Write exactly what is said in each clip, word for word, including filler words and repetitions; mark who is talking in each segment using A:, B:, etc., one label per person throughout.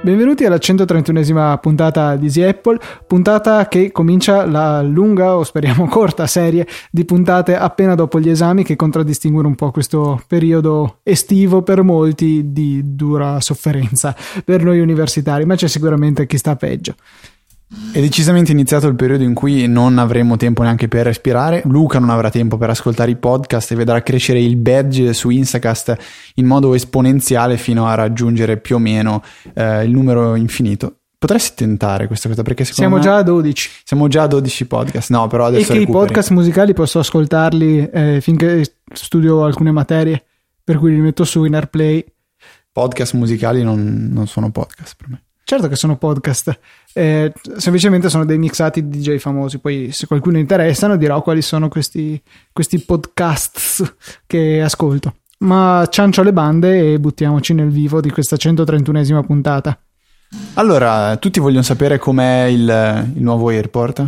A: Benvenuti alla centotrentunesima puntata di Easy Apple, puntata che comincia la lunga o speriamo corta serie di puntate appena dopo gli esami che contraddistinguono un po' questo periodo estivo per molti di dura sofferenza per noi universitari, ma c'è sicuramente chi sta peggio.
B: È decisamente iniziato il periodo in cui non avremo tempo neanche per respirare. Luca non avrà tempo per ascoltare i podcast e vedrà crescere il badge su Instacast in modo esponenziale fino a raggiungere più o meno eh, il numero infinito. Potresti tentare questa cosa perché secondo
A: siamo
B: me
A: già a dodici.
B: Siamo già a dodici podcast. No, però adesso
A: e che
B: recuperi.
A: I podcast musicali posso ascoltarli eh, finché studio alcune materie, per cui li metto su in AirPlay.
B: Podcast musicali non, non sono podcast per me.
A: Certo che sono podcast, eh, semplicemente sono dei mixati di D J famosi. Poi se qualcuno interessano dirò quali sono questi, questi podcasts che ascolto. Ma ciancio le bande e buttiamoci nel vivo di questa centotrentunesima puntata.
B: Allora, tutti vogliono sapere com'è il, il nuovo Airport?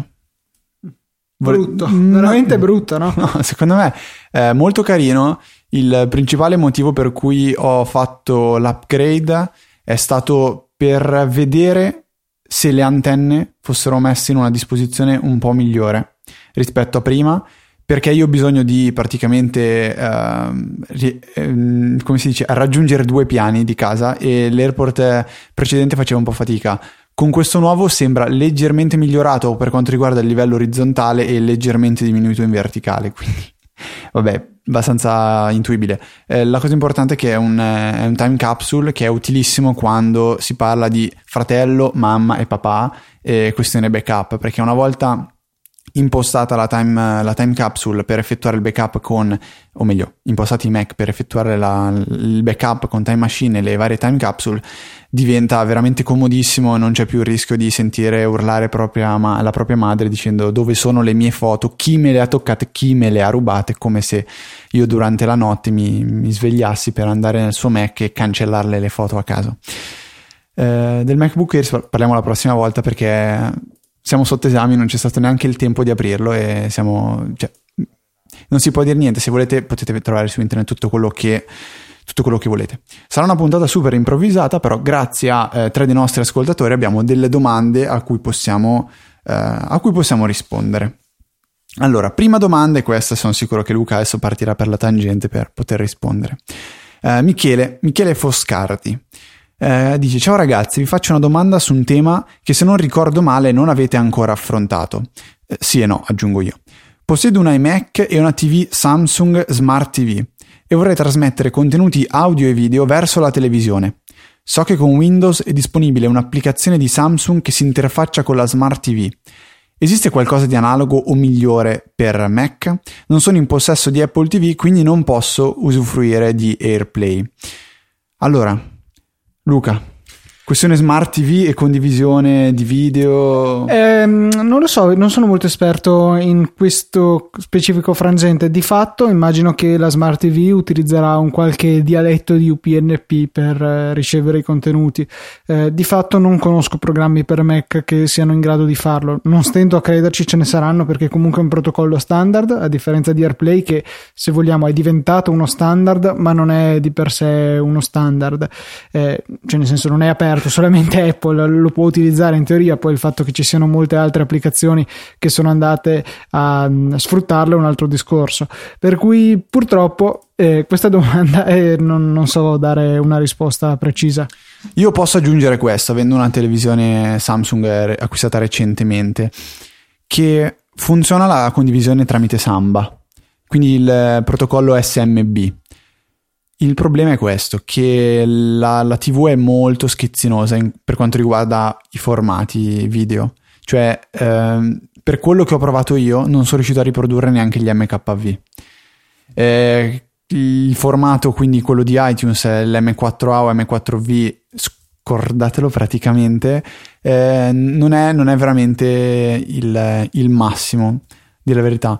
A: Brutto,
B: no,
A: veramente brutto, no?
B: No, secondo me è molto carino. Il principale motivo per cui ho fatto l'upgrade è stato per vedere se le antenne fossero messe in una disposizione un po' migliore rispetto a prima, perché io ho bisogno di praticamente eh, eh, come si dice, raggiungere due piani di casa e l'Airport precedente faceva un po' fatica. Con questo nuovo sembra leggermente migliorato per quanto riguarda il livello orizzontale e leggermente diminuito in verticale, quindi vabbè, abbastanza intuibile. Eh, la cosa importante è che è un, è un time capsule che è utilissimo quando si parla di fratello, mamma e papà e questione backup, perché una volta impostata la time, la time capsule per effettuare il backup con, o meglio, impostati i Mac per effettuare la, il backup con Time Machine e le varie time capsule, diventa veramente comodissimo, non c'è più il rischio di sentire urlare propria ma- la propria madre dicendo dove sono le mie foto, chi me le ha toccate, chi me le ha rubate, come se io durante la notte mi, mi svegliassi per andare nel suo Mac e cancellarle le foto a caso. Eh, del MacBook Air parliamo la prossima volta perché siamo sotto esami, non c'è stato neanche il tempo di aprirlo e siamo, cioè, non si può dire niente. Se volete potete trovare su internet tutto quello che tutto quello che volete. Sarà una puntata super improvvisata, però grazie a eh, tre dei nostri ascoltatori abbiamo delle domande a cui possiamo eh, a cui possiamo rispondere. Allora, prima domanda è questa, sono sicuro che Luca adesso partirà per la tangente per poter rispondere. Eh, Michele, Michele Foscardi Eh, dice: ciao ragazzi, vi faccio una domanda su un tema che se non ricordo male non avete ancora affrontato. Eh, sì e no, aggiungo io. Possiedo un iMac e una T V Samsung Smart T V e vorrei trasmettere contenuti audio e video verso la televisione. So che con Windows è disponibile un'applicazione di Samsung che si interfaccia con la Smart T V. Esiste qualcosa di analogo o migliore per Mac? Non sono in possesso di Apple T V, quindi non posso usufruire di AirPlay. Allora, Luca, questione Smart T V e condivisione di video.
A: Eh, non lo so, non sono molto esperto in questo specifico frangente. Di fatto immagino che la Smart T V utilizzerà un qualche dialetto di U P N P per eh, ricevere i contenuti. Eh, di fatto non conosco programmi per Mac che siano in grado di farlo. Non stento a crederci, ce ne saranno, perché comunque è un protocollo standard, a differenza di AirPlay che, se vogliamo, è diventato uno standard ma non è di per sé uno standard, eh, cioè nel senso non è aperto, solamente Apple lo può utilizzare in teoria. Poi il fatto che ci siano molte altre applicazioni che sono andate a sfruttarlo è un altro discorso, per cui purtroppo eh, questa domanda eh, non, non so dare una risposta precisa.
B: Io posso aggiungere questo, avendo una televisione Samsung acquistata recentemente, che funziona la condivisione tramite Samba, quindi il protocollo S M B. Il problema è questo, che la, la tivù è molto schizzinosa in, per quanto riguarda i formati video. Cioè, ehm, per quello che ho provato io, non sono riuscito a riprodurre neanche gli M K V. Eh, il formato, quindi quello di iTunes, l'M quattro A o M quattro V, scordatelo praticamente, eh, non, è, non è veramente il, il massimo, dire la verità.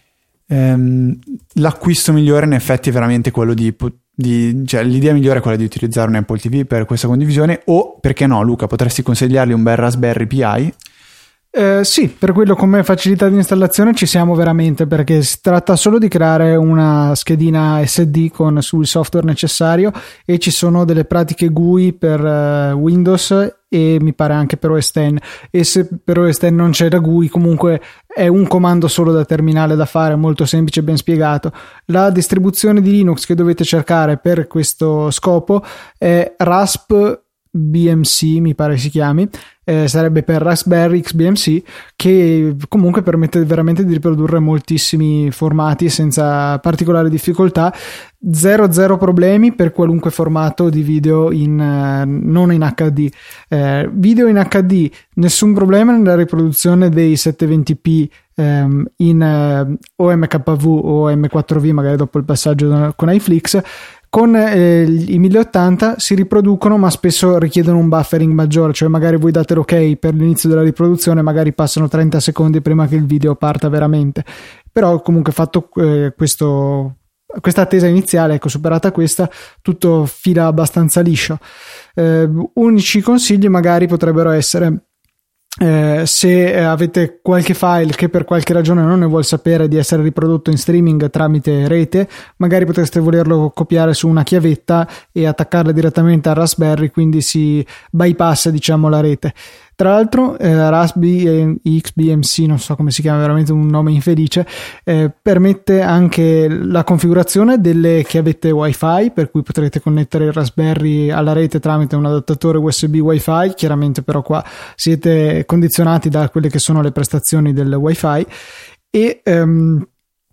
B: Um, l'acquisto migliore in effetti è veramente quello di, di cioè l'idea migliore è quella di utilizzare un Apple T V per questa condivisione, o perché no, Luca, potresti consigliargli un bel Raspberry Pi?
A: Eh, sì, per quello come facilità di installazione ci siamo veramente, perché si tratta solo di creare una schedina S D con sul software necessario e ci sono delle pratiche G U I per uh, Windows e mi pare anche per O S X, e se per O S X non c'è la G U I comunque è un comando solo da terminale da fare, molto semplice e ben spiegato. La distribuzione di Linux che dovete cercare per questo scopo è Rasp B M C, mi pare si chiami, eh, sarebbe per Raspberry X B M C, che comunque permette veramente di riprodurre moltissimi formati senza particolari difficoltà, zero zero problemi per qualunque formato di video in eh, non in H D. Eh, video in H D nessun problema nella riproduzione dei settecentoventi p ehm, in eh, o M K V o M quattro V, magari dopo il passaggio con iFlix. Con eh, i mille ottanta si riproducono, ma spesso richiedono un buffering maggiore, cioè magari voi date l'ok per l'inizio della riproduzione, magari passano trenta secondi prima che il video parta veramente. Però comunque fatto eh, questo, questa attesa iniziale, ecco, superata questa, tutto fila abbastanza liscio. Eh, unici consigli magari potrebbero essere: Eh, se eh, avete qualche file che per qualche ragione non ne vuol sapere di essere riprodotto in streaming tramite rete, magari potreste volerlo copiare su una chiavetta e attaccarla direttamente al Raspberry, quindi si bypassa, diciamo, la rete. Tra l'altro eh, Raspberry X B M C, non so come si chiama, veramente un nome infelice, eh, permette anche la configurazione delle chiavette Wi-Fi, per cui potrete connettere il Raspberry alla rete tramite un adattatore U S B Wi-Fi. Chiaramente però qua siete condizionati da quelle che sono le prestazioni del Wi-Fi e um,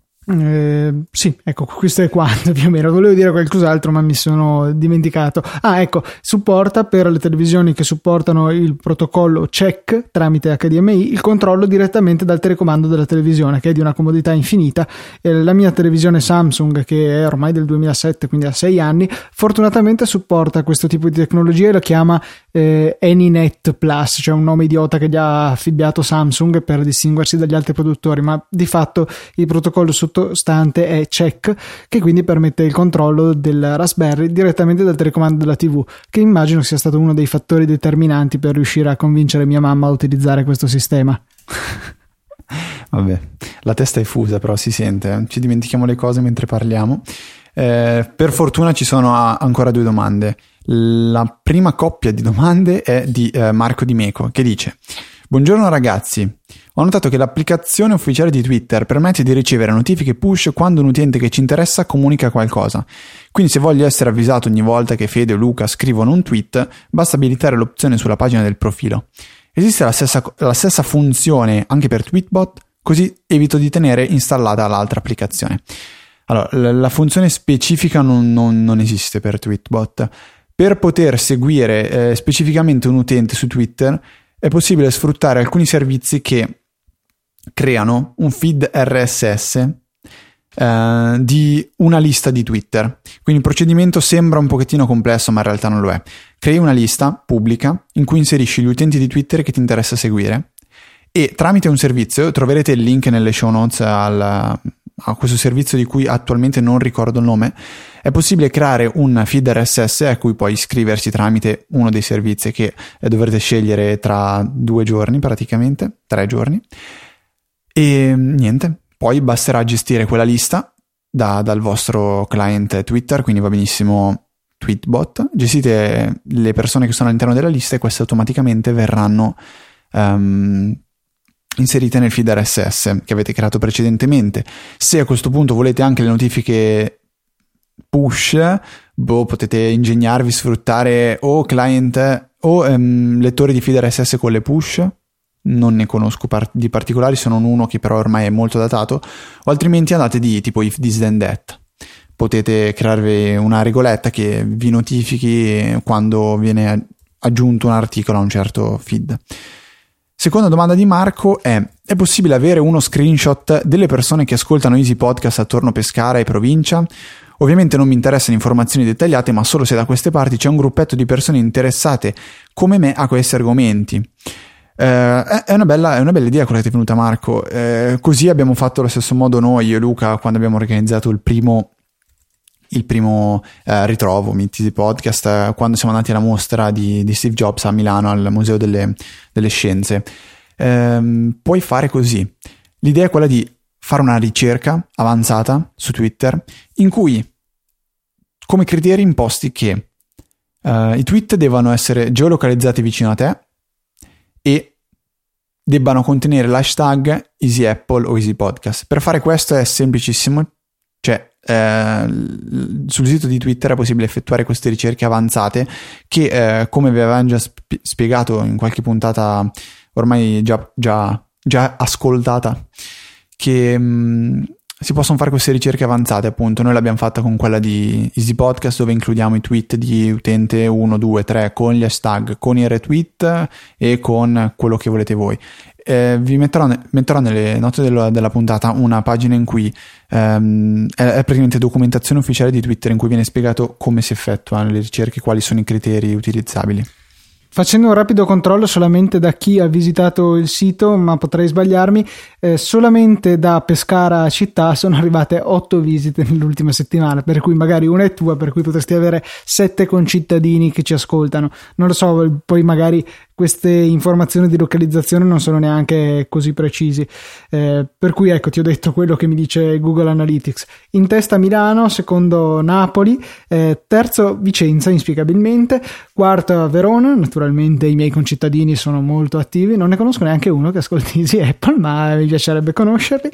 A: Eh, sì, ecco, questo è quanto più o meno. Volevo dire qualcos'altro ma mi sono dimenticato. Ah, ecco, supporta per le televisioni che supportano il protocollo C E C tramite H D M I il controllo direttamente dal telecomando della televisione, che è di una comodità infinita. Eh, la mia televisione Samsung, che è ormai del duemilasette, quindi ha sei anni, fortunatamente supporta questo tipo di tecnologia e lo chiama eh, AnyNet Plus, cioè un nome idiota che gli ha affibbiato Samsung per distinguersi dagli altri produttori, ma di fatto il protocollo sottostante è C E C, che quindi permette il controllo del Raspberry direttamente dal telecomando della tivù, che immagino sia stato uno dei fattori determinanti per riuscire a convincere mia mamma a utilizzare questo sistema.
B: Vabbè, la testa è fusa, però si sente, ci dimentichiamo le cose mentre parliamo. Eh, per fortuna ci sono ancora due domande. La prima coppia di domande è di eh, Marco Di Meco, che dice: buongiorno ragazzi, ho notato che l'applicazione ufficiale di Twitter permette di ricevere notifiche push quando un utente che ci interessa comunica qualcosa. Quindi se voglio essere avvisato ogni volta che Fede o Luca scrivono un tweet, basta abilitare l'opzione sulla pagina del profilo. Esiste la stessa, la stessa funzione anche per Tweetbot, così evito di tenere installata l'altra applicazione. Allora, la, la funzione specifica non, non, non esiste per Tweetbot. Per poter seguire eh, specificamente un utente su Twitter è possibile sfruttare alcuni servizi che creano un feed R S S eh, di una lista di Twitter. Quindi il procedimento sembra un pochettino complesso, ma in realtà non lo è. Crei una lista pubblica in cui inserisci gli utenti di Twitter che ti interessa seguire e tramite un servizio, troverete il link nelle show notes al, a questo servizio di cui attualmente non ricordo il nome, è possibile creare un feed R S S a cui puoi iscriversi tramite uno dei servizi che eh, dovrete scegliere tra due giorni, praticamente, tre giorni. E niente, poi basterà gestire quella lista da, dal vostro client Twitter, quindi va benissimo Tweetbot. Gestite le persone che sono all'interno della lista e queste automaticamente verranno um, inserite nel feed R S S che avete creato precedentemente. Se a questo punto volete anche le notifiche push, boh, potete ingegnarvi, sfruttare o client o um, lettori di feed R S S con le push. Non ne conosco par- di particolari, sono uno che però ormai è molto datato, o altrimenti andate di tipo if this then that. Potete crearvi una regoletta che vi notifichi quando viene aggiunto un articolo a un certo feed. Seconda domanda di Marco è: è possibile avere uno screenshot delle persone che ascoltano Easy Podcast attorno Pescara e provincia? Ovviamente non mi interessano informazioni dettagliate, ma solo se da queste parti c'è un gruppetto di persone interessate come me a questi argomenti. Eh, è, una bella, è una bella idea quella che ti è venuta, Marco. Eh, così abbiamo fatto allo stesso modo noi, io e Luca, quando abbiamo organizzato il primo il primo eh, ritrovo Meet Easy Podcast, eh, quando siamo andati alla mostra di, di Steve Jobs a Milano al Museo delle, delle Scienze. ehm, puoi fare così. L'idea è quella di fare una ricerca avanzata su Twitter in cui come criteri imposti che uh, i tweet devono essere geolocalizzati vicino a te e debbano contenere l'hashtag EasyApple o EasyPodcast. Per fare questo è semplicissimo, cioè eh, sul sito di Twitter è possibile effettuare queste ricerche avanzate che eh, come vi avevamo già sp- spiegato in qualche puntata ormai già, già, già ascoltata, che mh, si possono fare queste ricerche avanzate. Appunto noi l'abbiamo fatta con quella di EasyPodcast, dove includiamo i tweet di utente uno, due, tre con gli hashtag, con i retweet e con quello che volete voi. Eh, vi metterò, ne- metterò nelle note dello, della puntata una pagina in cui ehm, è, è praticamente documentazione ufficiale di Twitter in cui viene spiegato come si effettuano le ricerche, quali sono i criteri utilizzabili.
A: Facendo un rapido controllo solamente da chi ha visitato il sito, ma potrei sbagliarmi, eh, solamente da Pescara a Città sono arrivate otto visite nell'ultima settimana, per cui magari una è tua, per cui potresti avere sette concittadini che ci ascoltano. Non lo so, poi magari queste informazioni di localizzazione non sono neanche così precisi, eh, per cui ecco, ti ho detto quello che mi dice Google Analytics. In testa Milano, secondo Napoli, eh, terzo Vicenza inspiegabilmente, quarto Verona, naturalmente i miei concittadini sono molto attivi, non ne conosco neanche uno che ascolti Easy Apple, ma mi piacerebbe conoscerli,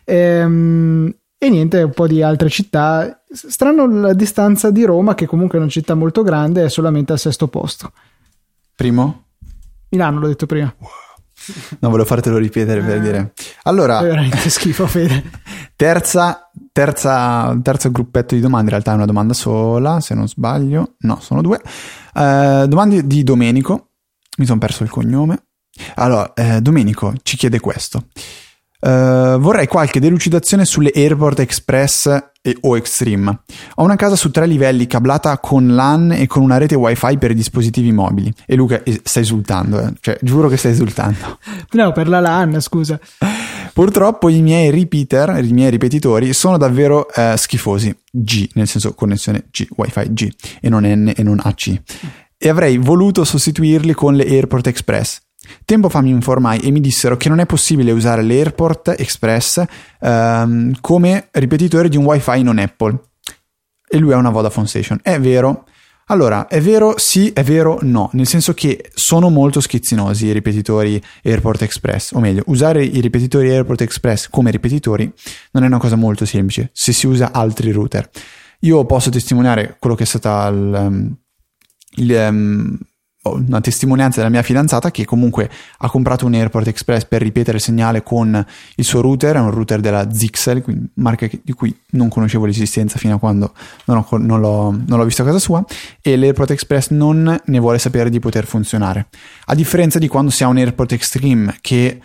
A: ehm, e niente, un po' di altre città. Strano la distanza di Roma, che comunque è una città molto grande, è solamente al sesto posto.
B: Primo?
A: Milano, l'ho detto prima.
B: Wow. Non volevo fartelo ripetere per dire. Allora,
A: è veramente schifo, Fede.
B: Terza, terza, terzo gruppetto di domande, in realtà è una domanda sola, se non sbaglio. No, sono due. Uh, domande di Domenico. Mi sono perso il cognome. Allora, eh, Domenico ci chiede questo. Uh, vorrei qualche delucidazione sulle AirPort Express e o Extreme. Ho una casa su tre livelli cablata con LAN e con una rete wifi per i dispositivi mobili. E Luca sta esultando, eh? Cioè giuro che sta esultando.
A: No, per la LAN, scusa.
B: Purtroppo i miei repeater, i miei ripetitori sono davvero eh, schifosi. G, nel senso connessione G, wifi G, e non N e non A C. E avrei voluto sostituirli con le AirPort Express. Tempo fa mi informai e mi dissero che non è possibile usare l'AirPort Express um, come ripetitore di un wifi non Apple, e lui ha una Vodafone Station. È vero? Allora, è vero sì, è vero no, nel senso che sono molto schizzinosi i ripetitori AirPort Express, o meglio, usare i ripetitori AirPort Express come ripetitori non è una cosa molto semplice se si usa altri router. Io posso testimoniare quello che è stata il, il um, una testimonianza della mia fidanzata, che comunque ha comprato un AirPort Express per ripetere il segnale con il suo router. È un router della Zixel, quindi marca di cui non conoscevo l'esistenza fino a quando non, ho, non, l'ho, non l'ho visto a casa sua, e l'AirPort Express non ne vuole sapere di poter funzionare, a differenza di quando si ha un AirPort Extreme che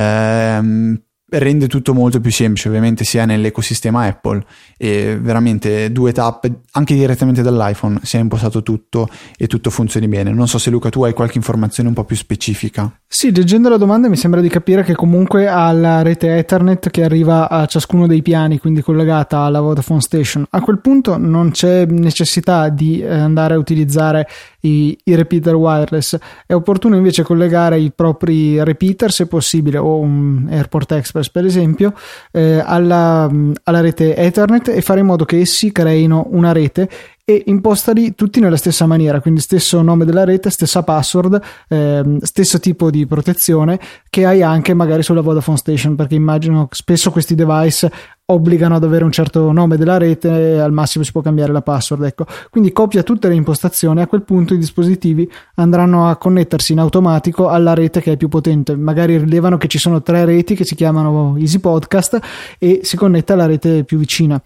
B: ehm, rende tutto molto più semplice, ovviamente sia nell'ecosistema Apple, e veramente due tap anche direttamente dall'iPhone si è impostato tutto e tutto funzioni bene. Non so se Luca tu hai qualche informazione un po' più specifica.
A: Sì, leggendo la domanda mi sembra di capire che comunque ha la rete Ethernet che arriva a ciascuno dei piani, quindi collegata alla Vodafone Station. A quel punto non c'è necessità di andare a utilizzare i, i repeater wireless, è opportuno invece collegare i propri repeater, se possibile, o un AirPort Express per esempio, eh, alla, alla rete Ethernet, e fare in modo che essi creino una rete e impostali tutti nella stessa maniera, quindi stesso nome della rete, stessa password, ehm, stesso tipo di protezione che hai anche magari sulla Vodafone Station, perché immagino spesso questi device obbligano ad avere un certo nome della rete e al massimo si può cambiare la password, ecco. Quindi copia tutte le impostazioni, a quel punto i dispositivi andranno a connettersi in automatico alla rete che è più potente. Magari rilevano che ci sono tre reti che si chiamano Easy Podcast e si connette alla rete più vicina.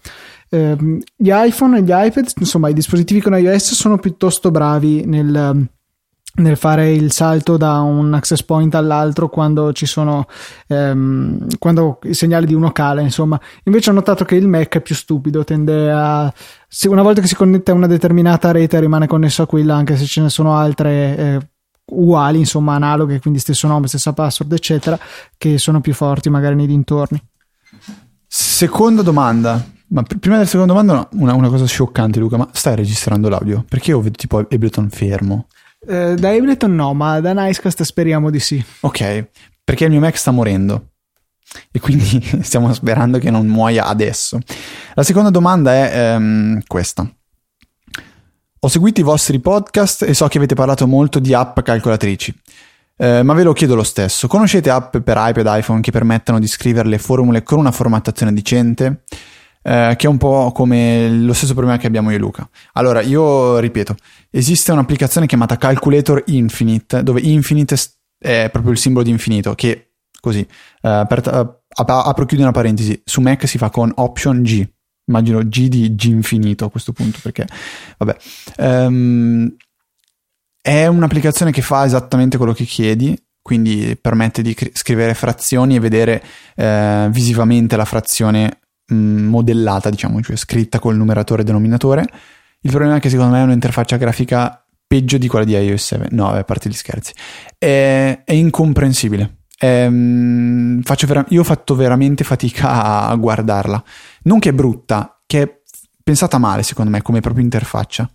A: Gli iPhone e gli iPad, insomma i dispositivi con iOS sono piuttosto bravi nel, nel fare il salto da un access point all'altro quando ci sono ehm, quando i segnali di uno cala, insomma. Invece ho notato che il Mac è più stupido, tende a, se una volta che si connette a una determinata rete rimane connesso a quella anche se ce ne sono altre eh, uguali, insomma analoghe, quindi stesso nome, stessa password eccetera, che sono più forti magari nei dintorni.
B: Seconda domanda. Ma pr- prima della seconda domanda una, una cosa scioccante, Luca, ma stai registrando l'audio? Perché io vedo tipo Ableton fermo.
A: Eh, da Ableton no, ma da Nicecast speriamo di sì.
B: Ok, perché il mio Mac sta morendo e quindi stiamo sperando che non muoia adesso. La seconda domanda è um, questa. Ho seguito i vostri podcast e so che avete parlato molto di app calcolatrici, eh, ma ve lo chiedo lo stesso. Conoscete app per iPad e iPhone che permettano di scrivere le formule con una formattazione decente? Eh, che è un po' come lo stesso problema che abbiamo io e Luca. Allora, io ripeto, esiste un'applicazione chiamata Calculator Infinite, dove Infinite è proprio il simbolo di infinito, che così, eh, per, uh, apro chiudo una parentesi, su Mac si fa con Option G, immagino G di G infinito a questo punto, perché vabbè. Um, è un'applicazione che fa esattamente quello che chiedi, quindi permette di cri- scrivere frazioni e vedere eh, visivamente la frazione modellata, diciamo, cioè scritta col numeratore e denominatore. Il problema è che secondo me è un'interfaccia grafica peggio di quella di iOS sette. No, a parte gli scherzi, è, è incomprensibile. È, mh, faccio vera- io ho fatto veramente fatica a guardarla. Non che è brutta, che è pensata male secondo me come proprio interfaccia.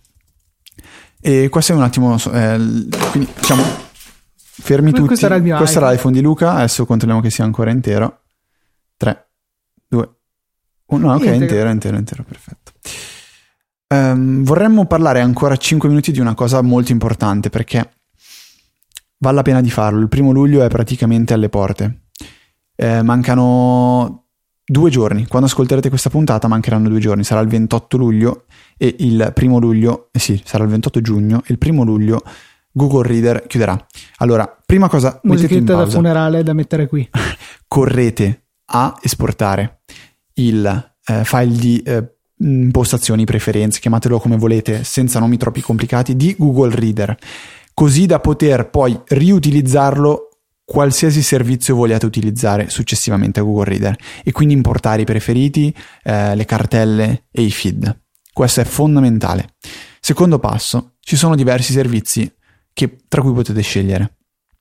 B: E questo è un attimo eh, quindi diciamo fermi tutti.
A: Questo era il mio
B: questo
A: iPhone.
B: era l'iPhone di Luca. Adesso controlliamo che sia ancora intero. tre, due, no, ok,
A: Intero.
B: intero, intero, intero, perfetto. Um, vorremmo parlare ancora cinque minuti di una cosa molto importante, perché vale la pena di farlo. Il primo luglio è praticamente alle porte. Eh, mancano due giorni. Quando ascolterete questa puntata mancheranno due giorni. Sarà il ventotto luglio e il primo luglio, eh sì, sarà il ventotto giugno e il primo luglio Google Reader chiuderà. Allora, prima cosa, mettete in
A: Musichetta da
B: pausa.
A: funerale da mettere qui.
B: Correte a esportare il eh, file di eh, impostazioni, preferenze, chiamatelo come volete, senza nomi troppi complicati, di Google Reader, così da poter poi riutilizzarlo qualsiasi servizio vogliate utilizzare successivamente a Google Reader, e quindi importare i preferiti, eh, le cartelle e i feed. Questo è fondamentale. Secondo passo, ci sono diversi servizi che, tra cui potete scegliere.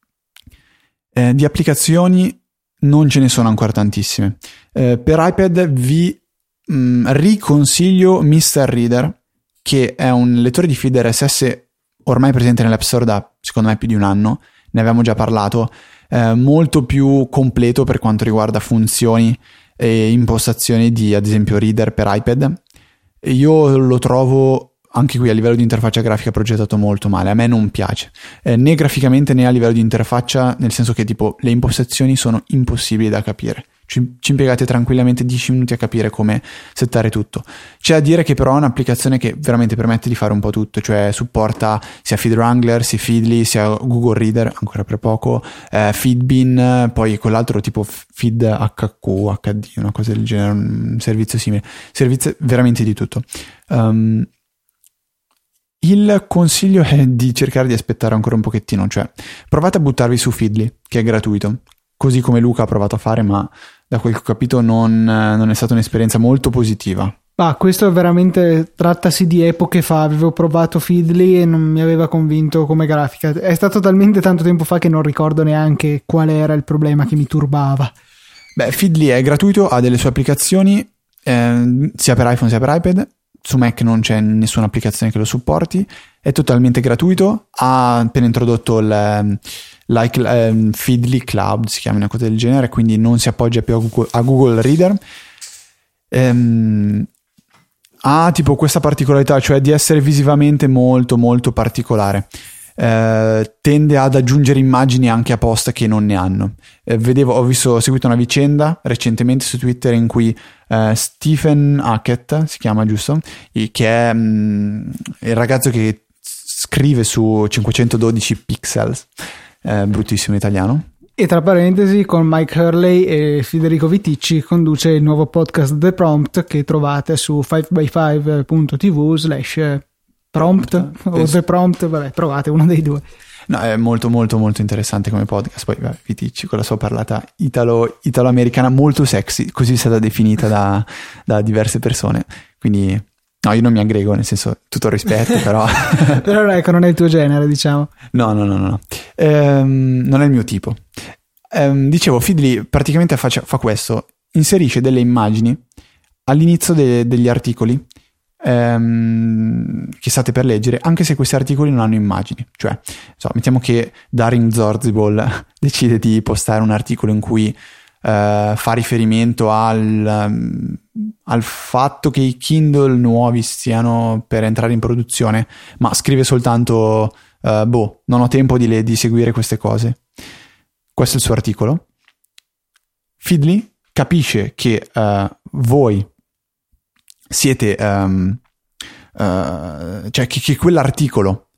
B: Eh, di applicazioni non ce ne sono ancora tantissime. Eh, per iPad vi mh, riconsiglio mister Reader, che è un lettore di feed R S S ormai presente nell'App Store da, secondo me, più di un anno. Ne avevamo già parlato. Eh, molto più completo per quanto riguarda funzioni e impostazioni di, ad esempio, Reader per iPad. E io lo trovo anche qui a livello di interfaccia grafica progettato molto male. A me non piace, eh, né graficamente né a livello di interfaccia, nel senso che tipo le impostazioni sono impossibili da capire. Ci, ci impiegate tranquillamente dieci minuti a capire come settare tutto. C'è a dire che però è un'applicazione che veramente permette di fare un po' tutto, cioè supporta sia Feed Wrangler, sia Feedly, sia Google Reader, ancora per poco, eh, Feedbin, poi quell'altro tipo Feed H Q, H D, una cosa del genere, un servizio simile. Servizio veramente di tutto. Um, Il consiglio è di cercare di aspettare ancora un pochettino, cioè provate a buttarvi su Feedly, che è gratuito, così come Luca ha provato a fare, ma da quel che ho capito non, non è stata un'esperienza molto positiva.
A: Ah, questo è veramente, trattasi di epoche fa, avevo provato Feedly e non mi aveva convinto come grafica. È stato talmente tanto tempo fa che non ricordo neanche qual era il problema che mi turbava.
B: Beh, Feedly è gratuito, ha delle sue applicazioni, eh, sia per iPhone sia per iPad. Su Mac non c'è nessuna applicazione che lo supporti, è totalmente gratuito, ha appena introdotto il like, um, Feedly Cloud, si chiama una cosa del genere, quindi non si appoggia più a Google, a Google Reader. Um, ha tipo questa particolarità, cioè di essere visivamente molto molto particolare. Eh, tende ad aggiungere immagini anche apposta che non ne hanno. Eh, vedevo, ho visto, ho seguito una vicenda recentemente su Twitter in cui eh, Stephen Hackett, si chiama giusto, che è mh, il ragazzo che scrive su cinquecentododici pixels, eh, bruttissimo in italiano.
A: E tra parentesi, con Mike Hurley e Federico Viticci conduce il nuovo podcast The Prompt, che trovate su five by five punto tv slash prompt o The Prompt, vabbè, trovate uno dei due.
B: No, è molto molto molto interessante come podcast. Poi vabbè, Viticci con la sua parlata italo, italo-americana molto sexy, così è stata definita da, da diverse persone. Quindi no, io non mi aggrego, nel senso, tutto il rispetto, però
A: però ecco, non è il tuo genere, diciamo.
B: no no no no, no. Ehm, non è il mio tipo. Ehm, dicevo, Feedly praticamente fa, fa questo: inserisce delle immagini all'inizio de, degli articoli, ehm, che state per leggere, anche se questi articoli non hanno immagini. Cioè, so, mettiamo che Daring Zorzibol decide di postare un articolo in cui eh, fa riferimento al, um, al fatto che i Kindle nuovi stiano per entrare in produzione, ma scrive soltanto uh, boh, non ho tempo di, le, di seguire queste cose. Questo è il suo articolo. Feedly capisce che uh, voi siete um, uh, cioè che, che quell'articolo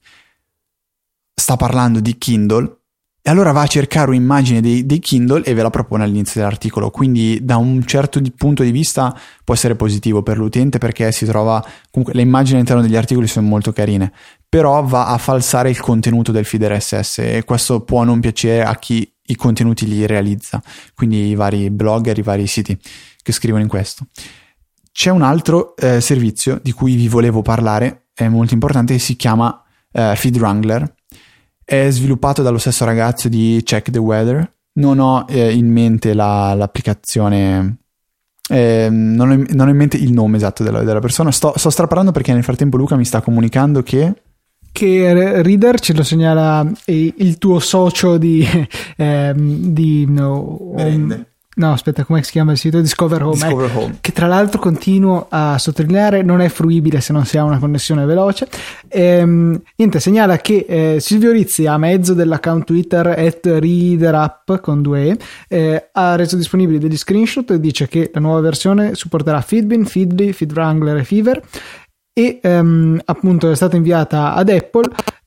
B: sta parlando di Kindle, e allora va a cercare un'immagine dei, dei Kindle e ve la propone all'inizio dell'articolo. Quindi da un certo di, punto di vista può essere positivo per l'utente, perché si trova comunque, le immagini all'interno degli articoli sono molto carine, però va a falsare il contenuto del feed R S S, e questo può non piacere a chi i contenuti li realizza, quindi i vari blogger, i vari siti che scrivono in questo. C'è un altro eh, servizio di cui vi volevo parlare, è molto importante, che si chiama eh, Feed Wrangler. È sviluppato dallo stesso ragazzo di Check the Weather. Non ho eh, in mente la, l'applicazione, eh, non, ho, non ho in mente il nome esatto della, della persona. Sto, sto straparlando perché nel frattempo Luca mi sta comunicando che
A: che Reader ce lo segnala il tuo socio di eh, di no, um, no aspetta, come si chiama il sito? Discover Home,
B: Discover
A: eh,
B: Home,
A: che tra l'altro continuo a sottolineare non è fruibile se non si ha una connessione veloce. Ehm, niente, segnala che eh, Silvio Rizzi, a mezzo dell'account Twitter at ReaderUp con due e, eh, ha reso disponibili degli screenshot e dice che la nuova versione supporterà Feedbin, Feedly, Feed Wrangler e Fever, e um, appunto è stata inviata ad Apple,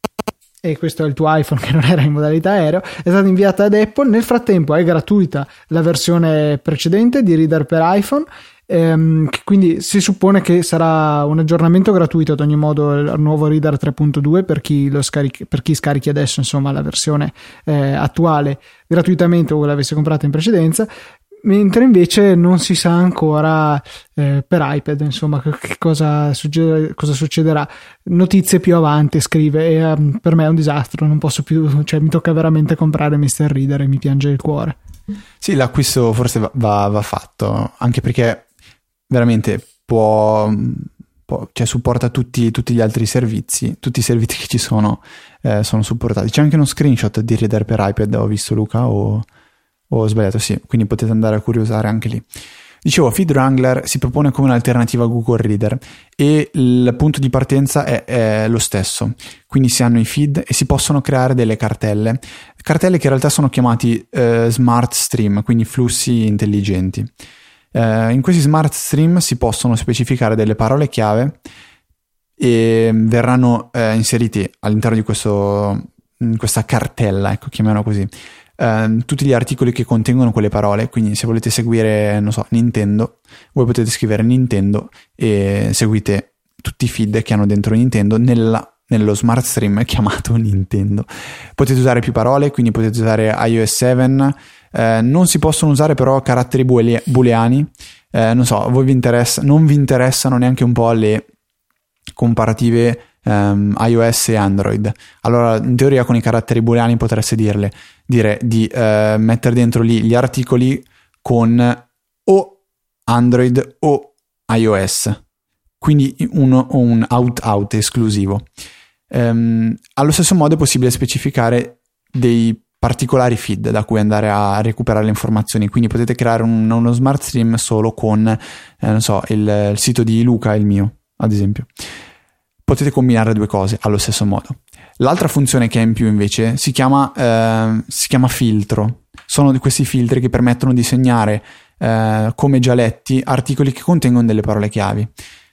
A: e questo è il tuo iPhone che non era in modalità aereo, è stata inviata ad Apple. Nel frattempo è gratuita la versione precedente di Reader per iPhone, ehm, quindi si suppone che sarà un aggiornamento gratuito ad ogni modo il nuovo Reader tre punto due per chi lo scarichi, per chi scarichi adesso insomma la versione eh, attuale gratuitamente o l'avesse comprata in precedenza, mentre invece non si sa ancora eh, per iPad insomma che cosa, succede, cosa succederà. Notizie più avanti, scrive, e um, per me è un disastro, non posso più, cioè mi tocca veramente comprare mister Reader e mi piange il cuore.
B: Sì, l'acquisto forse va, va, va fatto, anche perché veramente può, può cioè supporta tutti, tutti gli altri servizi, tutti i servizi che ci sono eh, sono supportati. C'è anche uno screenshot di Reader per iPad, ho visto Luca, o ho sbagliato? Sì, quindi potete andare a curiosare anche lì. Dicevo, Feed Wrangler si propone come un'alternativa a Google Reader e il punto di partenza è, è lo stesso. Quindi si hanno i feed e si possono creare delle cartelle, cartelle che in realtà sono chiamati eh, smart stream, quindi flussi intelligenti. Eh, in questi smart stream si possono specificare delle parole chiave e verranno eh, inseriti all'interno di questo, in questa cartella, ecco, chiamiamolo così. Uh, tutti gli articoli che contengono quelle parole. Quindi se volete seguire, non so, Nintendo, voi potete scrivere Nintendo e seguite tutti i feed che hanno dentro Nintendo nella, nello smart stream chiamato Nintendo. Potete usare più parole, quindi potete usare i O S sette, uh, non si possono usare però caratteri boole- booleani, uh, non so, voi vi interessa, non vi interessano neanche un po' le comparative um, iOS e Android. Allora in teoria con i caratteri booleani potreste dirle dire di uh, mettere dentro lì gli articoli con o Android o iOS, quindi uno o un out out esclusivo. Um, allo stesso modo è possibile specificare dei particolari feed da cui andare a recuperare le informazioni, quindi potete creare un, uno smart stream solo con eh, non so, il, il sito di Luca e il mio, ad esempio. Potete combinare due cose allo stesso modo. L'altra funzione che è in più invece si chiama, eh, si chiama filtro. Sono di questi filtri che permettono di segnare eh, come già letti articoli che contengono delle parole chiavi.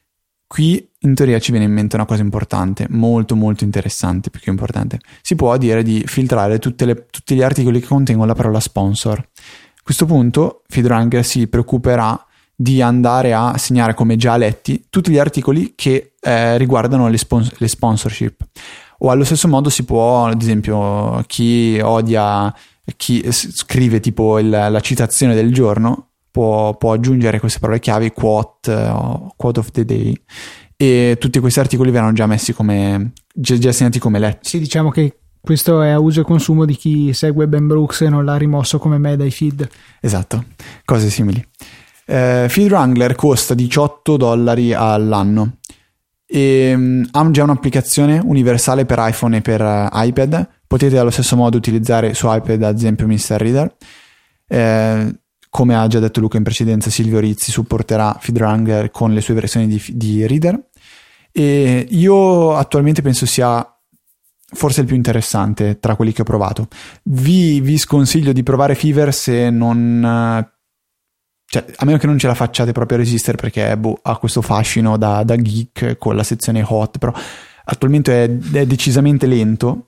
B: Qui in teoria ci viene in mente una cosa importante, molto molto interessante, più che importante. Si può dire di filtrare tutte le, tutti gli articoli che contengono la parola sponsor. A questo punto Feed Wrangler si preoccuperà di andare a segnare come già letti tutti gli articoli che eh, riguardano le, spons- le sponsorship. O allo stesso modo si può, ad esempio, chi odia, chi scrive tipo il, la citazione del giorno può, può aggiungere queste parole chiave, quote o quote of the day, e tutti questi articoli verranno già messi come già, già segnati come letti.
A: Sì, diciamo che questo è a uso e consumo di chi segue Ben Brooks e non l'ha rimosso come me dai feed.
B: Esatto, cose simili. Uh, Feed Wrangler costa diciotto dollari all'anno. e um, ha già un'applicazione universale per iPhone e per uh, iPad. Potete allo stesso modo utilizzare su iPad ad esempio Mister Reader. Eh, come ha già detto Luca in precedenza, Silvio Rizzi supporterà FeedWrangler con le sue versioni di, di Reader, e io attualmente penso sia forse il più interessante tra quelli che ho provato. Vi, vi sconsiglio di provare Fever se non... Cioè, a meno che non ce la facciate proprio a resistere, perché boh, ha questo fascino da, da geek con la sezione hot, però attualmente è, è decisamente lento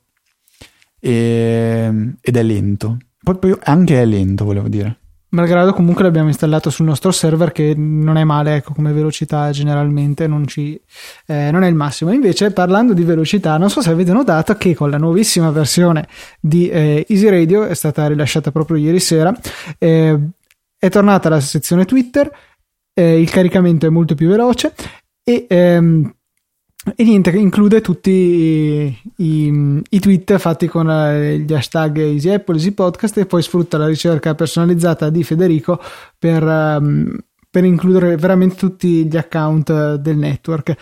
B: e, ed è lento. Poi, poi anche è lento, volevo dire.
A: Malgrado comunque l'abbiamo installato sul nostro server, che non è male, ecco, come velocità generalmente non, ci, eh, non è il massimo. Invece, parlando di velocità, non so se avete notato che con la nuovissima versione di eh, Easy Radio, è stata rilasciata proprio ieri sera, eh, è tornata la sezione Twitter, eh, il caricamento è molto più veloce e, ehm, e niente, include tutti i, i, i tweet fatti con gli hashtag Easy Apple, Easy Podcast, e poi sfrutta la ricerca personalizzata di Federico per, um, per includere veramente tutti gli account del network.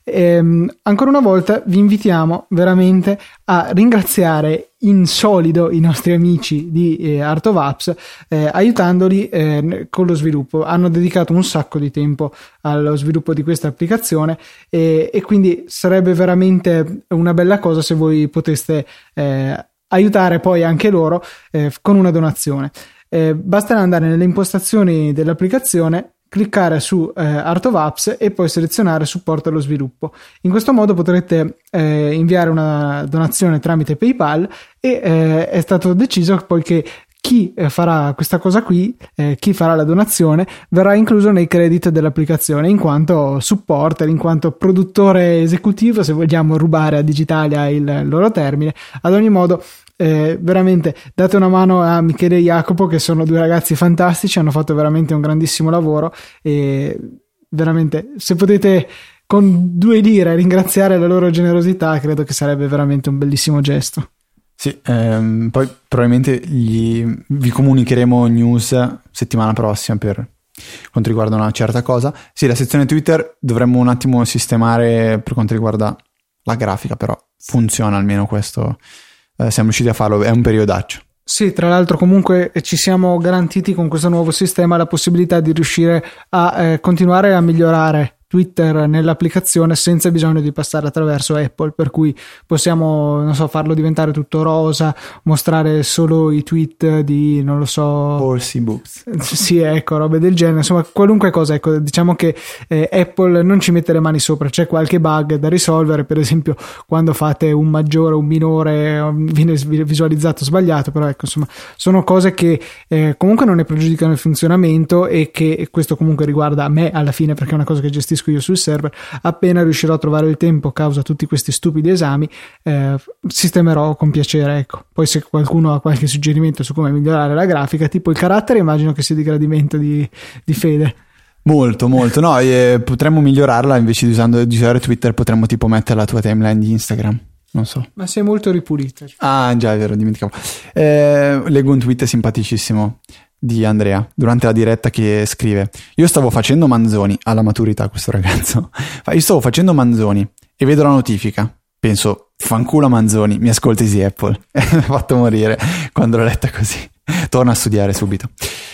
A: E, ancora una volta vi invitiamo veramente a ringraziare in solido i nostri amici di eh, Art of Apps, eh, aiutandoli eh, con lo sviluppo. Hanno dedicato un sacco di tempo allo sviluppo di questa applicazione e, e quindi sarebbe veramente una bella cosa se voi poteste eh, aiutare poi anche loro eh, con una donazione. Eh, basterà andare nelle impostazioni dell'applicazione, cliccare su eh, Art of Apps e poi selezionare supporto allo sviluppo. In questo modo potrete eh, inviare una donazione tramite PayPal e eh, è stato deciso poi che chi eh, farà questa cosa qui, eh, chi farà la donazione, verrà incluso nei credit dell'applicazione in quanto supporter, in quanto produttore esecutivo, se vogliamo rubare a Digitalia il loro termine. Ad ogni modo, Eh, veramente date una mano a Michele e Jacopo, che sono due ragazzi fantastici, hanno fatto veramente un grandissimo lavoro e veramente, se potete con due lire ringraziare la loro generosità, credo che sarebbe veramente un bellissimo gesto.
B: Sì, ehm, poi probabilmente gli, vi comunicheremo news settimana prossima per quanto riguarda una certa cosa. Sì, la sezione Twitter dovremmo un attimo sistemare per quanto riguarda la grafica, però funziona almeno questo. Siamo riusciti a farlo, è un periodaccio.
A: Sì, tra l'altro comunque ci siamo garantiti con questo nuovo sistema la possibilità di riuscire a eh, continuare a migliorare Twitter nell'applicazione senza bisogno di passare attraverso Apple, per cui possiamo, non so, farlo diventare tutto rosa, mostrare solo i tweet di, non lo so,
B: Horsey Books.
A: Sì, ecco, robe del genere, insomma qualunque cosa. Ecco, diciamo che eh, Apple non ci mette le mani sopra, c'è qualche bug da risolvere, per esempio quando fate un maggiore o un minore viene visualizzato sbagliato, però ecco, insomma sono cose che eh, comunque non ne pregiudicano il funzionamento e che questo comunque riguarda me alla fine, perché è una cosa che gestisco io sul server. Appena riuscirò a trovare il tempo, causa tutti questi stupidi esami, eh, sistemerò con piacere, ecco. Poi se qualcuno ha qualche suggerimento su come migliorare la grafica, tipo il carattere, immagino che sia di gradimento di, di Fede.
B: Molto, molto. No, eh, potremmo migliorarla, invece di, usando, di usare Twitter potremmo tipo mettere la tua timeline di Instagram, non so.
A: Ma sei molto ripulita.
B: Ah già, è vero, dimenticavo. Eh, leggo un tweet simpaticissimo di Andrea durante la diretta che scrive: io stavo facendo Manzoni, alla maturità questo ragazzo, io stavo facendo Manzoni e vedo la notifica, penso fanculo Manzoni, mi ascolta Easy Apple. Mi ha fatto morire quando l'ho letta così. Torna a studiare subito.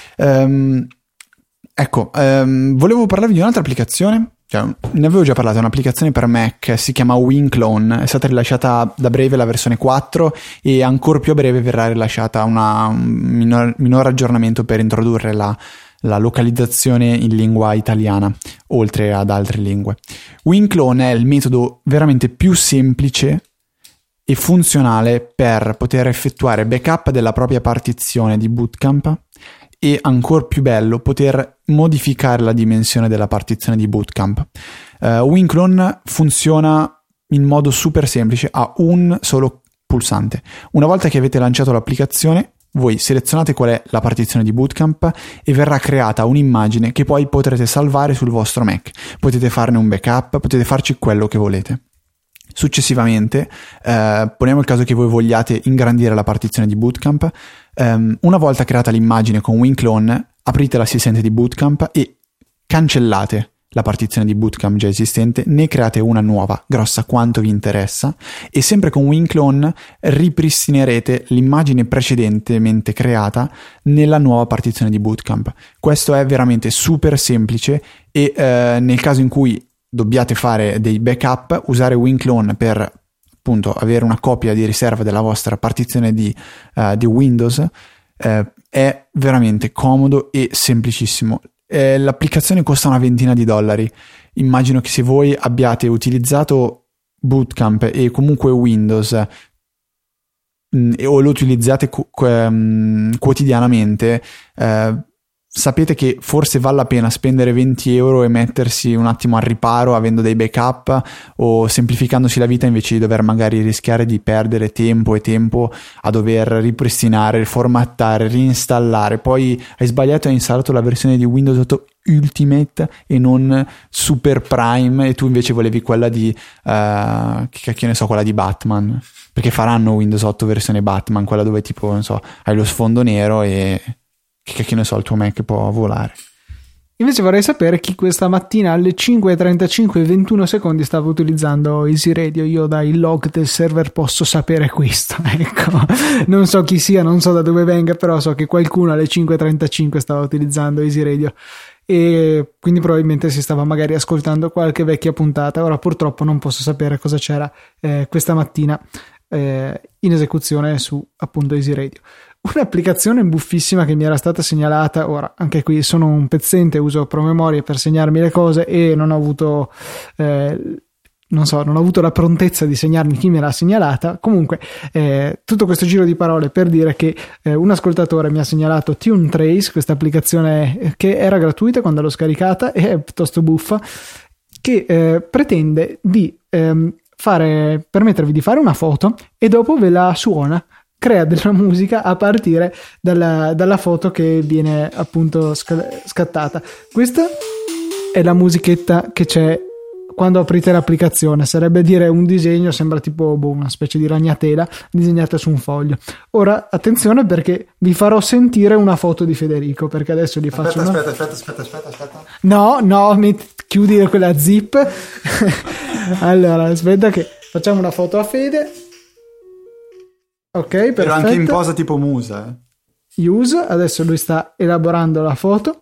B: um, ecco um, volevo parlarvi di un'altra applicazione, cioè, ne avevo già parlato, è un'applicazione per Mac, si chiama WinClone, è stata rilasciata da breve la versione quattro e ancora più a breve verrà rilasciata una, un minor, minor aggiornamento per introdurre la, la localizzazione in lingua italiana oltre ad altre lingue. WinClone è il metodo veramente più semplice e funzionale per poter effettuare backup della propria partizione di Bootcamp e, ancora più bello, poter modificare la dimensione della partizione di Bootcamp. Uh, WinClone funziona in modo super semplice, ha un solo pulsante. Una volta che avete lanciato l'applicazione, voi selezionate qual è la partizione di Bootcamp e verrà creata un'immagine che poi potrete salvare sul vostro Mac. Potete farne un backup, potete farci quello che volete. Successivamente, eh, poniamo il caso che voi vogliate ingrandire la partizione di Bootcamp. Um, una volta creata l'immagine con WinClone, aprite l'assistente di Bootcamp e cancellate la partizione di bootcamp già esistente, ne create una nuova, grossa quanto vi interessa, e sempre con WinClone ripristinerete l'immagine precedentemente creata nella nuova partizione di bootcamp. Questo è veramente super semplice e eh, nel caso in cui dobbiate fare dei backup, usare WinClone per appunto avere una copia di riserva della vostra partizione di, uh, di Windows eh, è veramente comodo e semplicissimo. Eh, l'applicazione costa una ventina di dollari. Immagino che se voi abbiate utilizzato Bootcamp e comunque Windows mh, o lo utilizzate cu- qu- quotidianamente, eh, sapete che forse vale la pena spendere venti euro e mettersi un attimo al riparo avendo dei backup o semplificandosi la vita, invece di dover magari rischiare di perdere tempo e tempo a dover ripristinare, formattare, reinstallare. Poi hai sbagliato e hai installato la versione di Windows otto Ultimate e non Super Prime, e tu invece volevi quella di uh, che cacchio ne so, quella di Batman, perché faranno Windows otto versione Batman, quella dove tipo non so, hai lo sfondo nero e che che ne so, il tuo Mac può volare.
A: Invece vorrei sapere chi questa mattina alle cinque e trentacinque e ventuno secondi stava utilizzando Easy Radio. Io dai log del server posso sapere questo, ecco. Non so chi sia, non so da dove venga, però so che qualcuno alle cinque e trentacinque stava utilizzando Easy Radio e quindi probabilmente si stava magari ascoltando qualche vecchia puntata. Ora purtroppo non posso sapere cosa c'era eh, questa mattina eh, in esecuzione su appunto Easy Radio. Un'applicazione buffissima che mi era stata segnalata, ora anche qui sono un pezzente, uso promemoria per segnarmi le cose e non ho avuto eh, non so, non ho avuto la prontezza di segnarmi chi me l'ha segnalata. Comunque eh, tutto questo giro di parole per dire che eh, un ascoltatore mi ha segnalato TuneTrace, questa applicazione che era gratuita quando l'ho scaricata e è piuttosto buffa, che eh, pretende di ehm, fare permettervi di fare una foto e dopo ve la suona, crea della musica a partire dalla, dalla foto che viene appunto scattata. Questa è la musichetta che c'è quando aprite l'applicazione, sarebbe dire un disegno, sembra tipo boh, una specie di ragnatela disegnata su un foglio. Ora attenzione, perché vi farò sentire una foto di Federico, perché adesso gli faccio
B: aspetta,
A: una...
B: aspetta, aspetta, aspetta, aspetta.
A: No, no, mi chiudi quella zip. Allora, aspetta che facciamo una foto a Fede. Ok, perfetto.
B: Però anche in posa tipo musa.
A: Eh. Use, adesso lui sta elaborando la foto.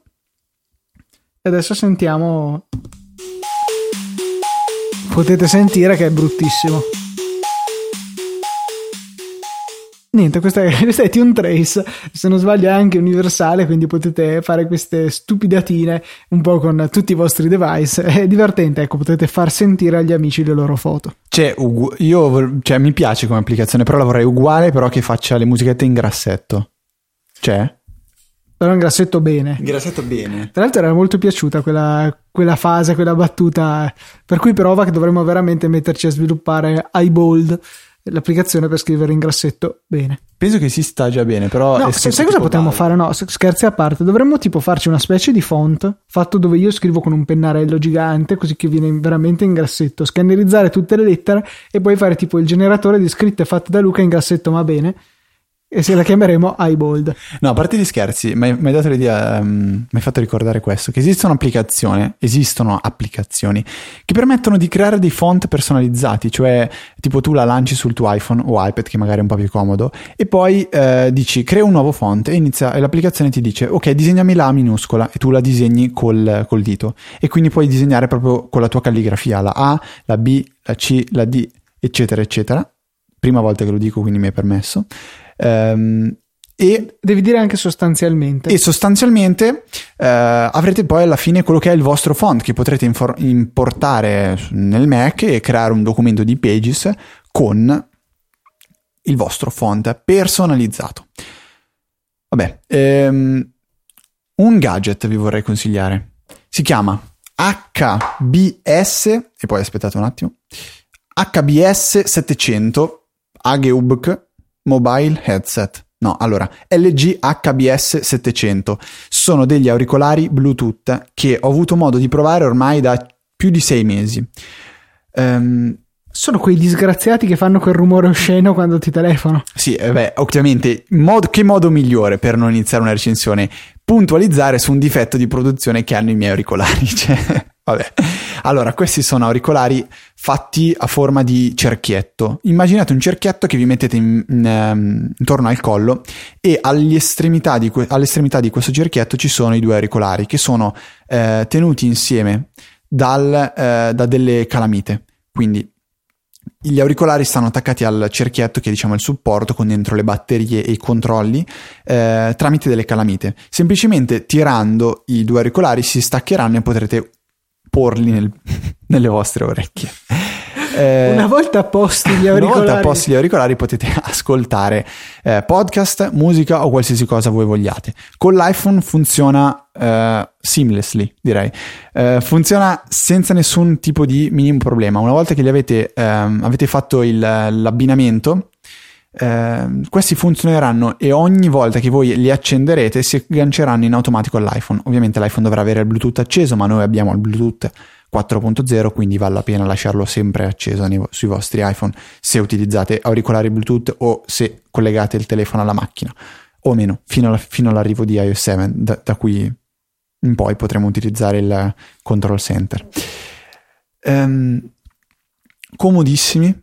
A: E adesso sentiamo. Potete sentire che è bruttissimo. Niente, questa è, questa è TuneTrace, se non sbaglio è anche universale, quindi potete fare queste stupidatine un po' con tutti i vostri device. È divertente, ecco, potete far sentire agli amici le loro foto.
B: Cioè, ugu- io, cioè, mi piace come applicazione, però la vorrei uguale, però che faccia le musichette in grassetto. Cioè?
A: Però in grassetto bene.
B: In grassetto bene.
A: Tra l'altro era molto piaciuta quella, quella fase, quella battuta, per cui prova che dovremmo veramente metterci a sviluppare iBold, l'applicazione per scrivere in grassetto bene.
B: Penso che si sta già bene, però
A: no,
B: è
A: sai cosa potremmo
B: vale.
A: fare? No, scherzi a parte, dovremmo tipo farci una specie di font fatto dove io scrivo con un pennarello gigante, così che viene veramente in grassetto, scannerizzare tutte le lettere e poi fare tipo il generatore di scritte fatte da Luca in grassetto ma bene, e se la chiameremo iBold.
B: No, a parte gli scherzi, mi hai dato l'idea, um, mi hai fatto ricordare questo, che esistono applicazioni, esistono applicazioni che permettono di creare dei font personalizzati, cioè tipo tu la lanci sul tuo iPhone o iPad, che magari è un po' più comodo, e poi eh, dici crea un nuovo font e inizia, e l'applicazione ti dice ok, disegnami la A minuscola, e tu la disegni col, col dito, e quindi puoi disegnare proprio con la tua calligrafia la A, la B, la C, la D, eccetera eccetera. Prima volta che lo dico, quindi mi è permesso. Um, e
A: devi dire anche sostanzialmente
B: e sostanzialmente uh, avrete poi alla fine quello che è il vostro font, che potrete infor- importare nel Mac e creare un documento di Pages con il vostro font personalizzato. Vabbè, um, un gadget vi vorrei consigliare, si chiama H B S, e poi aspettate un attimo, H B S settecento Hageubk Mobile Headset. No, allora, L G H B S settecento sono degli auricolari Bluetooth che ho avuto modo di provare ormai da più di sei mesi. Um,
A: sono quei disgraziati che fanno quel rumore osceno quando ti telefono.
B: Sì, eh beh, ovviamente, mod- che modo migliore per non iniziare una recensione? Puntualizzare su un difetto di produzione che hanno i miei auricolari. Cioè, Vabbè. Allora, questi sono auricolari fatti a forma di cerchietto. Immaginate un cerchietto che vi mettete in, in, um, intorno al collo e agli estremità di que- all'estremità di questo cerchietto ci sono i due auricolari che sono eh, tenuti insieme dal, eh, da delle calamite. Quindi gli auricolari stanno attaccati al cerchietto che è, diciamo, il supporto con dentro le batterie e i controlli eh, tramite delle calamite. Semplicemente tirando i due auricolari si staccheranno e potrete porli nel, nelle vostre orecchie.
A: Eh, una volta posti gli auricolari,
B: una volta posti gli auricolari potete ascoltare eh, podcast, musica o qualsiasi cosa voi vogliate. Con l'iPhone funziona eh, seamlessly, direi. Eh, funziona senza nessun tipo di minimo problema. Una volta che li avete, ehm, avete fatto il, l'abbinamento, eh, questi funzioneranno e ogni volta che voi li accenderete si agganceranno in automatico all'iPhone. Ovviamente l'iPhone dovrà avere il Bluetooth acceso, ma noi abbiamo il Bluetooth quattro punto zero, quindi vale la pena lasciarlo sempre acceso nei, sui vostri iPhone se utilizzate auricolari Bluetooth o se collegate il telefono alla macchina, o meno, fino, alla, fino all'arrivo di i O S sette, da, da cui in poi potremo utilizzare il control center. Um, comodissimi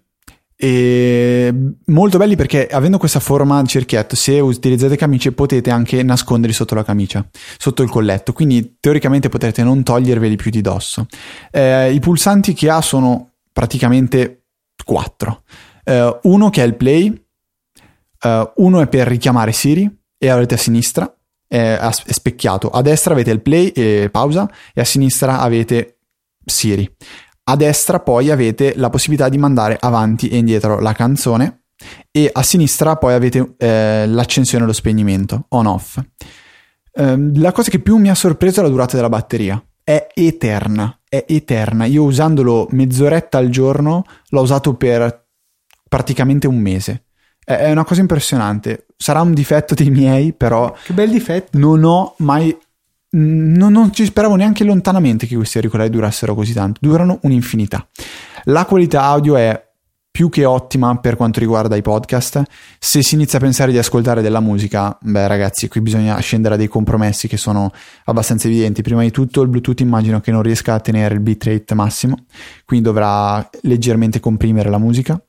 B: e molto belli perché avendo questa forma di cerchietto, se utilizzate camicie potete anche nasconderli sotto la camicia, sotto il colletto, quindi teoricamente potrete non toglierveli più di dosso. Eh, i pulsanti che ha sono praticamente quattro, eh, uno che è il play, eh, uno è per richiamare Siri e avrete a sinistra, è, è specchiato, a destra avete il play e pausa e a sinistra avete Siri. A destra poi avete la possibilità di mandare avanti e indietro la canzone e a sinistra poi avete eh, l'accensione e lo spegnimento, on-off. Eh, la cosa che più mi ha sorpreso è la durata della batteria. È eterna, è eterna. Io usandolo mezz'oretta al giorno l'ho usato per praticamente un mese. È, è una cosa impressionante. Sarà un difetto dei miei, però...
A: Che bel difetto.
B: Non ho mai... Non, non ci speravo neanche lontanamente che questi auricolari durassero così tanto. Durano un'infinità. La qualità audio è più che ottima per quanto riguarda i podcast. Se si inizia a pensare di ascoltare della musica, beh ragazzi, qui bisogna scendere a dei compromessi che sono abbastanza evidenti. Prima di tutto il Bluetooth immagino che non riesca a tenere il bitrate massimo, quindi dovrà leggermente comprimere la musica.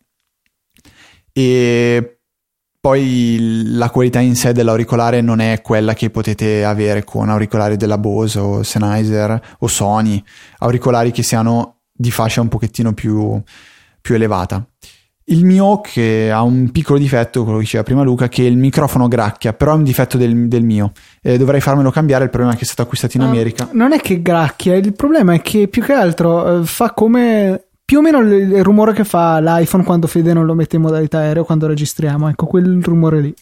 B: E poi la qualità in sé dell'auricolare non è quella che potete avere con auricolari della Bose o Sennheiser o Sony, auricolari che siano di fascia un pochettino più, più elevata. Il mio, che ha un piccolo difetto, quello che diceva prima Luca, che il microfono gracchia, però è un difetto del, del mio. Eh, dovrei farmelo cambiare, il problema è che è stato acquistato in America.
A: Uh, non è che gracchia, il problema è che più che altro uh, fa come... più o meno il rumore che fa l'iPhone quando Fede non lo mette in modalità aereo quando registriamo, ecco quel rumore lì.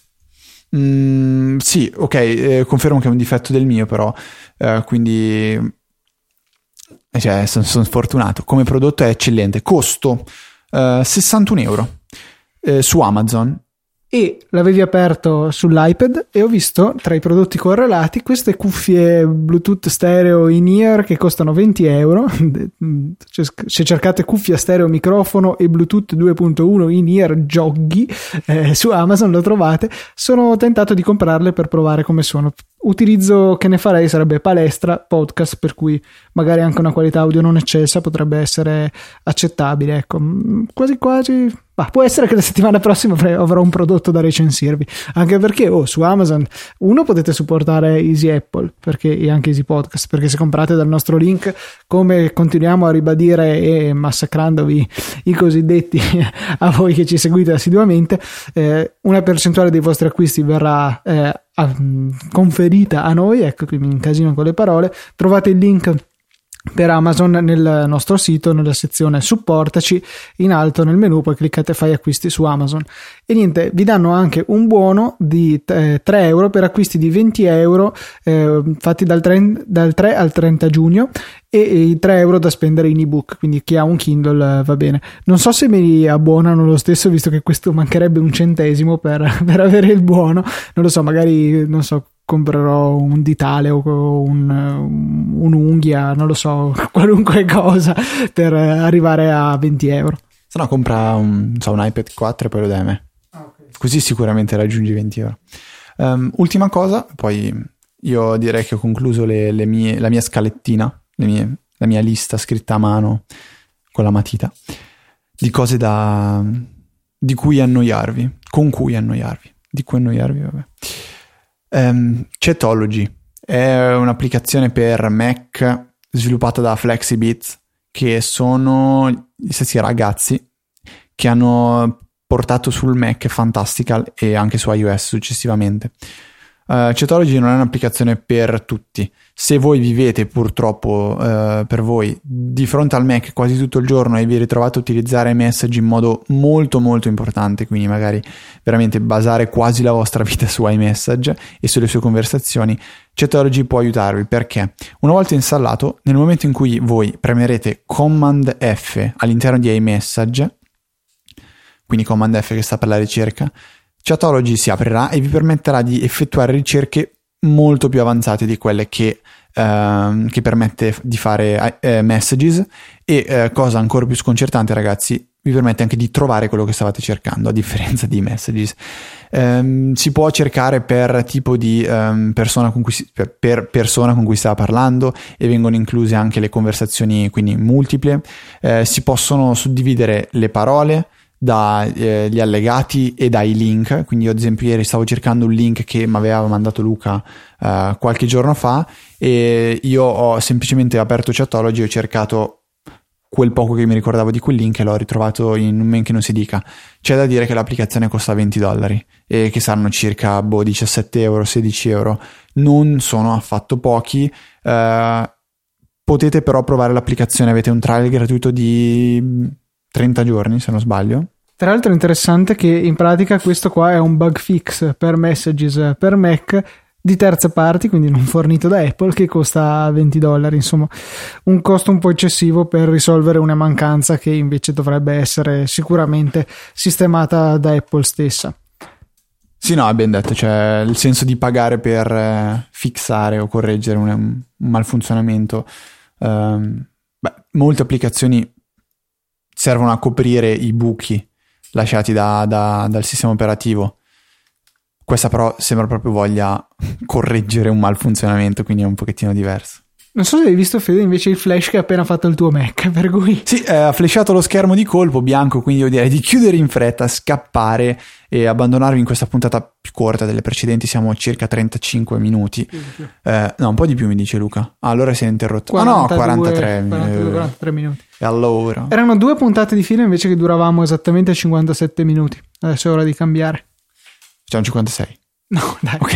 B: Mm, sì, ok, eh, confermo che è un difetto del mio, però eh, quindi cioè, sono son sfortunato. Come prodotto è eccellente. Costo eh, sessantuno euro eh, su Amazon.
A: E l'avevi aperto sull'iPad e ho visto tra i prodotti correlati queste cuffie Bluetooth stereo in-ear che costano venti euro. Se cercate cuffia stereo microfono e Bluetooth due punto uno in-ear Joggi eh, su Amazon lo trovate. Sono tentato di comprarle per provare come suono. Utilizzo che ne farei sarebbe palestra, podcast, per cui magari anche una qualità audio non eccelsa potrebbe essere accettabile, ecco, quasi quasi. Ma può essere che la settimana prossima avrò un prodotto da recensirvi, anche perché oh, su Amazon uno potete supportare Easy Apple perché, e anche Easy Podcast, perché se comprate dal nostro link, come continuiamo a ribadire e massacrandovi i cosiddetti a voi che ci seguite assiduamente, eh, una percentuale dei vostri acquisti verrà eh, a, conferita a noi, ecco qui mi incasino con le parole. Trovate il link per Amazon nel nostro sito, nella sezione supportaci, in alto nel menu poi cliccate fai acquisti su Amazon e niente, vi danno anche un buono di eh, tre euro per acquisti di venti euro eh, fatti dal, tre, dal tre al trenta giugno e, e i tre euro da spendere in ebook, quindi chi ha un Kindle eh, va bene. Non so se mi li abbonano lo stesso, visto che questo mancherebbe un centesimo per, per avere il buono, non lo so, magari non so, comprerò un ditale o un, un'unghia, non lo so, qualunque cosa per arrivare a venti euro.
B: Se no compra un, so, un iPad quattro e poi lo dai a me. Ah, okay. Così sicuramente raggiungi venti euro. Um, ultima cosa, poi io direi che ho concluso le, le mie, la mia scalettina, le mie la mia lista scritta a mano con la matita di cose da di cui annoiarvi, con cui annoiarvi, di cui annoiarvi, vabbè. Um, Chatology è un'applicazione per Mac sviluppata da Flexibits, che sono gli stessi ragazzi che hanno portato sul Mac Fantastical e anche su iOS successivamente. Uh, Chatology non è un'applicazione per tutti. Se voi vivete purtroppo uh, per voi di fronte al Mac quasi tutto il giorno e vi ritrovate a utilizzare iMessage in modo molto molto importante, quindi magari veramente basare quasi la vostra vita su iMessage e sulle sue conversazioni, Chatology può aiutarvi, perché una volta installato, nel momento in cui voi premerete Command F all'interno di iMessage, quindi Command F che sta per la ricerca, Chatology si aprirà e vi permetterà di effettuare ricerche molto più avanzate di quelle che, uh, che permette di fare uh, Messages e, uh, cosa ancora più sconcertante, ragazzi, vi permette anche di trovare quello che stavate cercando, a differenza di Messages. Um, si può cercare per tipo di um, persona con cui si, per, per persona con cui stava parlando, e vengono incluse anche le conversazioni, quindi multiple. Uh, si possono suddividere le parole dagli eh, allegati e dai link. Quindi io ad esempio ieri stavo cercando un link che mi aveva mandato Luca eh, qualche giorno fa, e io ho semplicemente aperto Chatology e ho cercato quel poco che mi ricordavo di quel link e l'ho ritrovato in un men che non si dica. C'è da dire che l'applicazione costa venti dollari e che saranno circa boh, diciassette euro, sedici euro. Non sono affatto pochi. Eh, potete però provare l'applicazione, avete un trial gratuito di trenta giorni se non sbaglio.
A: Tra l'altro è interessante che in pratica questo qua è un bug fix per Messages per Mac di terze parti, quindi non fornito da Apple, che costa venti dollari. Insomma, un costo un po' eccessivo per risolvere una mancanza che invece dovrebbe essere sicuramente sistemata da Apple stessa.
B: Sì, no, è ben detto, cioè il senso di pagare per eh, fixare o correggere un, un malfunzionamento. Um, beh, molte applicazioni servono a coprire i buchi lasciati da, da, dal sistema operativo. Questa però sembra proprio voglia correggere un malfunzionamento, quindi è un pochettino diverso.
A: Non so se hai visto, Fede, invece il flash che ha appena fatto il tuo Mac, per cui...
B: Sì, eh, ha flashato lo schermo di colpo bianco, quindi io direi di chiudere in fretta, scappare e abbandonarvi in questa puntata più corta delle precedenti. Siamo a circa trentacinque minuti. Eh, no, un po' di più mi dice Luca. Ah, allora si è interrotto. Ah no, quarantatré,
A: quarantadue, quarantatré minuti.
B: E allora?
A: Erano due puntate di fila invece che duravamo esattamente cinquantasette minuti. Adesso è ora di cambiare.
B: Facciamo cinquantasei.
A: No, dai.
B: Ok.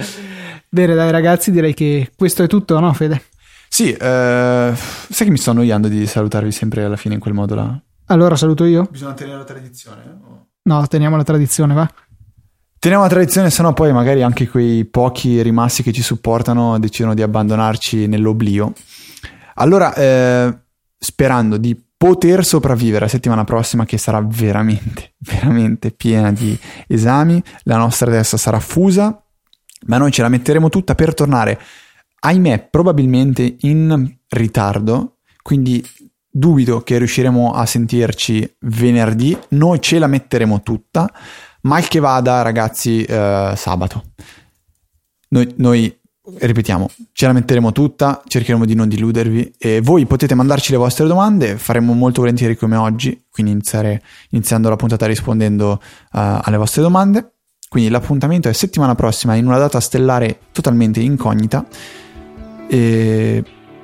A: Bene, dai ragazzi, direi che questo è tutto, no Fede?
B: Sì, eh, sai che mi sto annoiando di salutarvi sempre alla fine in quel modo là.
A: Allora saluto io?
B: Bisogna tenere la tradizione? O...
A: No, teniamo la tradizione, va?
B: Teniamo la tradizione, sennò poi magari anche quei pochi rimasti che ci supportano decidono di abbandonarci nell'oblio. Allora, eh, sperando di poter sopravvivere la settimana prossima, che sarà veramente, veramente piena di esami, la nostra testa sarà fusa, ma noi ce la metteremo tutta per tornare, ahimè, probabilmente in ritardo, quindi dubito che riusciremo a sentirci venerdì. Noi ce la metteremo tutta, mal che vada, ragazzi, eh, sabato. Noi, noi, ripetiamo, ce la metteremo tutta, cercheremo di non deludervi e voi potete mandarci le vostre domande, faremo molto volentieri come oggi, quindi iniziare iniziando la puntata rispondendo uh, alle vostre domande. Quindi l'appuntamento è settimana prossima in una data stellare totalmente incognita. E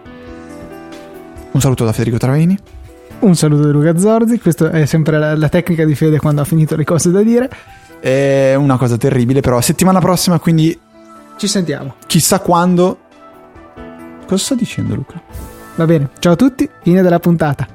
B: un saluto da Federico Travaini.
A: Un saluto da Luca Zorzi. Questa è sempre la, la tecnica di Fede quando ha finito le cose da dire.
B: È una cosa terribile, però settimana prossima, quindi
A: ci sentiamo.
B: Chissà quando. Cosa sto dicendo, Luca?
A: Va bene, ciao a tutti, fine della puntata.